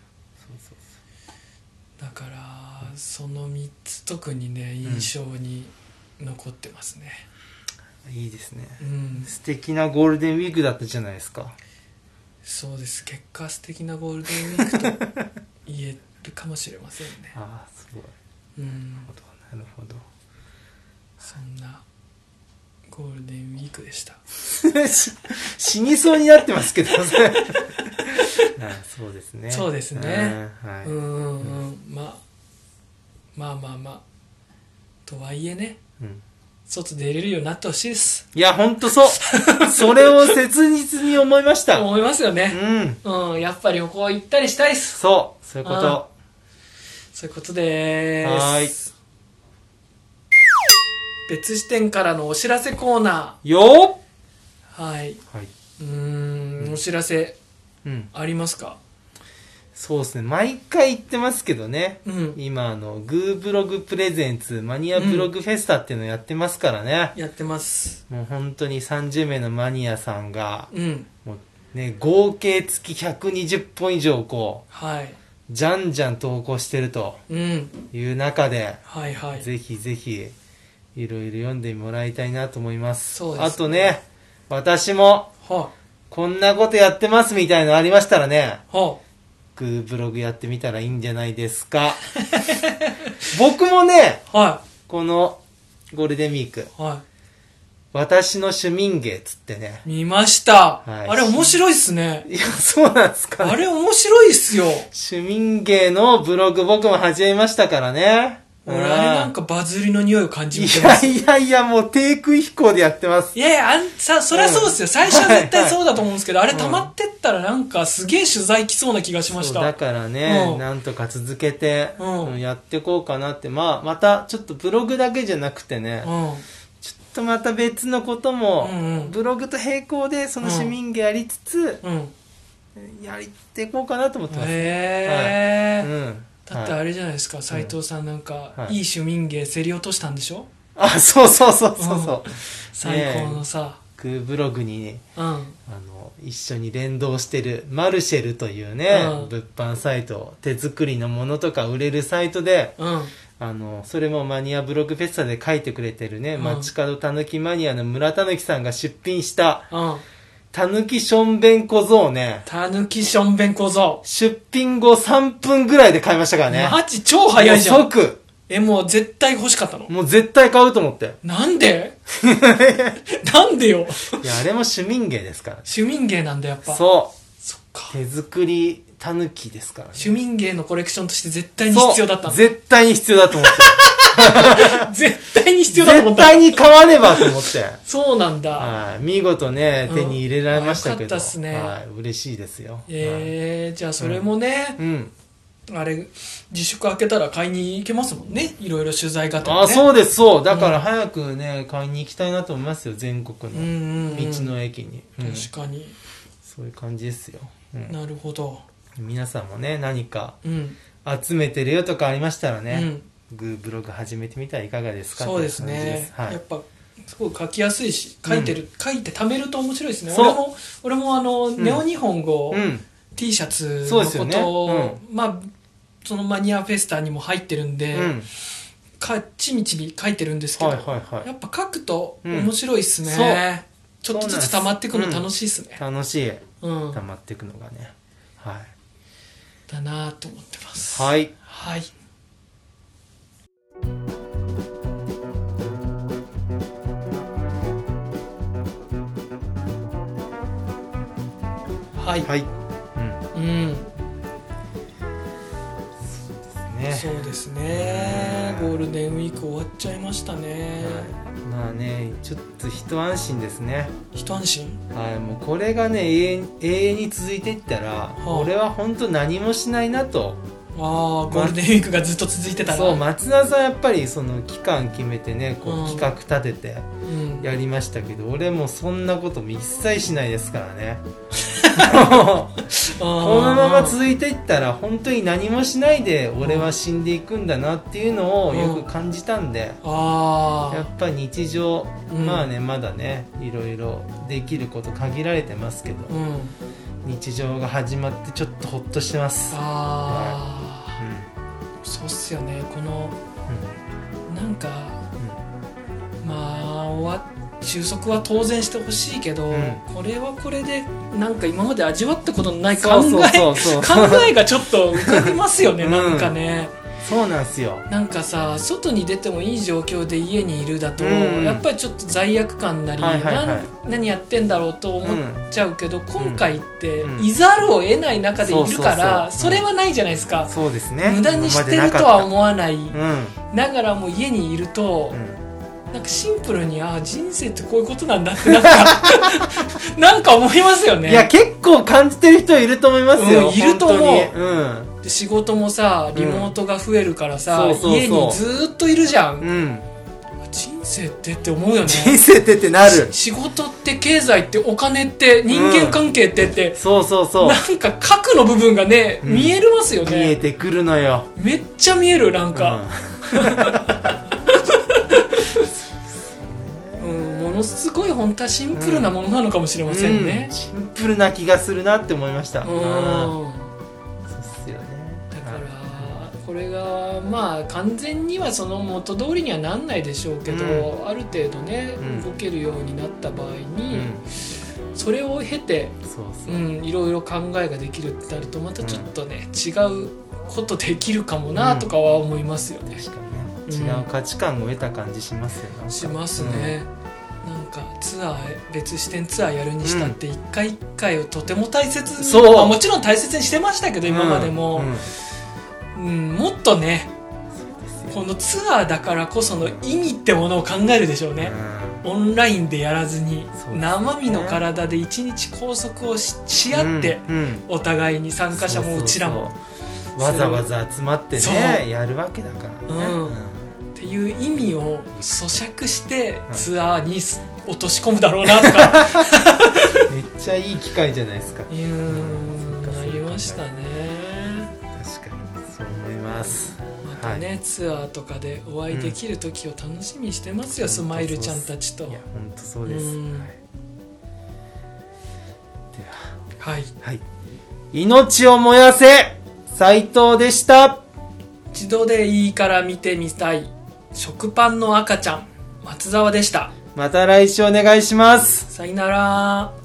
だからその3つ特にね印象に残ってますね、 いいですね、素敵なゴールデンウィークだったじゃないですか。 そうです。結果素敵なゴールデンウィークと言えるかもしれませんね。 ああ、すごい。なるほど。 そんなゴールデンウィークでした。 死にそうになってますけどね。そうですね。 そうですね。まあとはいえね、外出れるようになってほしいです。 いや、ほんとそう。それを切実に思いました。 思いますよね。やっぱり旅行行ったりしたいです。 そういうこと。 そういうことでーす。別視点からのお知らせコーナー。よー。はい。お知らせ、ありますか？ そうですね。毎回言ってますけどね。今、グーブログプレゼンツマニアブログフェスタっていうのをやってますからね。 やってます。 もう本当に30名のマニアさんが、もうね、合計月120本以上じゃんじゃん投稿してるという中で、ぜひぜひいろいろ読んでもらいたいなと思います。あとね、私もこんなことやってますみたいなのありましたらね、グーブログやってみたらいいんじゃないですか。僕もね、このゴールデンウィーク、私の趣味芸つってね、 見ました、あれ面白いっすね。 いや、そうなんですかね。 あれ面白いっすよ。 趣味芸のブログ僕も始めましたからね。 俺あれなんかバズりの匂いを感じてます。 いや、もう低空飛行でやってます。 いやそりゃそうですよ。最初は絶対そうだと思うんですけど、あれ溜まってったらなんかすげえ取材来そうな気がしました。 だからね、なんとか続けて、やっていこうかなって。またちょっとブログだけじゃなくてね、ちょっとまた別のことも、ブログと並行でその市民芸やりつつ、やっていこうかなと思ってます。だってあれじゃないですか、斉藤さんなんか、いい趣味芸競り落としたんでしょ？ そう。 最高のさ。 グーブログにね、一緒に連動してるマルシェルというね、物販サイト、手作りのものとか売れるサイトで、それもマニアブログフェスタで書いてくれてるね、街角たぬきマニアの村たぬきさんが出品した、たぬきしょんべん小僧ね。 たぬきしょんべん小僧。 出品後3分ぐらいで買いましたからね。 マジ超早いじゃん。 即。 もう絶対欲しかったの？ もう絶対買うと思って。 なんでなんでよ。 いや、あれも趣味芸ですから。 趣味芸なんだやっぱ。 そっか。手作りたぬきですからね。 趣味芸のコレクションとして絶対に必要だったの？ 絶対に必要だと思って。 絶対に必要だと思った。 絶対に買わねばと思って。 そうなんだ。 見事ね、手に入れられましたけど。 よかったっすね。 嬉しいですよ。 じゃあそれもね、あれ、自粛開けたら買いに行けますもんね。いろいろ取材がてね。 そうです、そう。だから早くね、買いに行きたいなと思いますよ、全国の道の駅に。 確かに。 そういう感じですよ。 なるほど。 皆さんもね、何か集めてるよとかありましたらね、グーブログ始めてみたらいかがですか？ そうですね。やっぱすごい書きやすいし、書いて貯めると面白いですね。俺もネオ日本語 T シャツのことを、そのマニアフェスタにも入ってるんで、ちみちみ書いてるんですけど、やっぱ書くと面白いっすね。ちょっとずつ溜まっていくの楽しいっすね。 楽しい。溜まっていくのがね。 だなと思ってます。 はい。 はい。 はい。 ね。 そうですね、ゴールデンウィーク終わっちゃいましたね。 まあね、ちょっと一安心ですね。 一安心。 はい、もうこれがね永遠に続いていったら、俺は本当何もしないなと。 ゴールデンウィークがずっと続いてたら、 そう、松田さんやっぱりその期間決めてね、こう企画立ててやりましたけど、俺もそんなことも一切しないですからね。このまま続いていったら本当に何もしないで俺は死んでいくんだなっていうのをよく感じたんで、やっぱ日常、まあね、まだねいろいろできること限られてますけど、日常が始まってちょっとホッとしてます。 そうっすよね。この、なんか、まあ収束は当然してほしいけど、これはこれでなんか今まで味わったことのない考えがちょっと浮かびますよね。なんかね、 そうなんすよ。なんかさ、外に出てもいい状況で家にいるだと、やっぱりちょっと罪悪感なり、何やってんだろうと思っちゃうけど、今回っていざるを得ない中でいるから、それはないじゃないですか。 そうですね。 無駄にしてるとは思わない。ながらも家にいると、なんかシンプルに人生ってこういうことなんだってなんか思いますよね。 いや、結構感じてる人いると思いますよ。 いると思う。で仕事もさ、リモートが増えるからさ、家にずっといるじゃん。人生って思うよね。 人生ってなる。 仕事って経済ってお金って人間関係ってなんか核の部分がね、見えますよね。 見えてくるのよ。 めっちゃ見える、なんか。ものすごい本当はシンプルなものなのかもしれませんね。 シンプルな気がするなって思いました。そうっすよね。だからこれがまあ完全にはその元通りにはなんないでしょうけど、ある程度ね動けるようになった場合に、それを経ていろいろ考えができるってなるとまたちょっとね、違うことできるかもなとかは思いますよね。 違う価値観を得た感じしますよね。 しますね。なんかツアー、別視点ツアーやるにしたって一回一回をとても大切に、もちろん大切にしてましたけど今までも、もっとね、このツアーだからこその意味ってものを考えるでしょうね。オンラインでやらずに生身の体で一日拘束を し合って、お互いに参加者もうちらもわざわざ集まってねやるわけだからね、 っていう意味を咀嚼してツアーに落とし込むだろうなとかめっちゃいい機会じゃないですか。 なりましたね。 確かにそう思います。 またね、ツアーとかでお会いできる時を楽しみにしてますよ、スマイルちゃんたちと。いや本当そうです。でははい、命を燃やせ斉藤でした。 一度でいいから見てみたい食パンの赤ちゃん松沢でした。 また来週お願いします。 さよなら。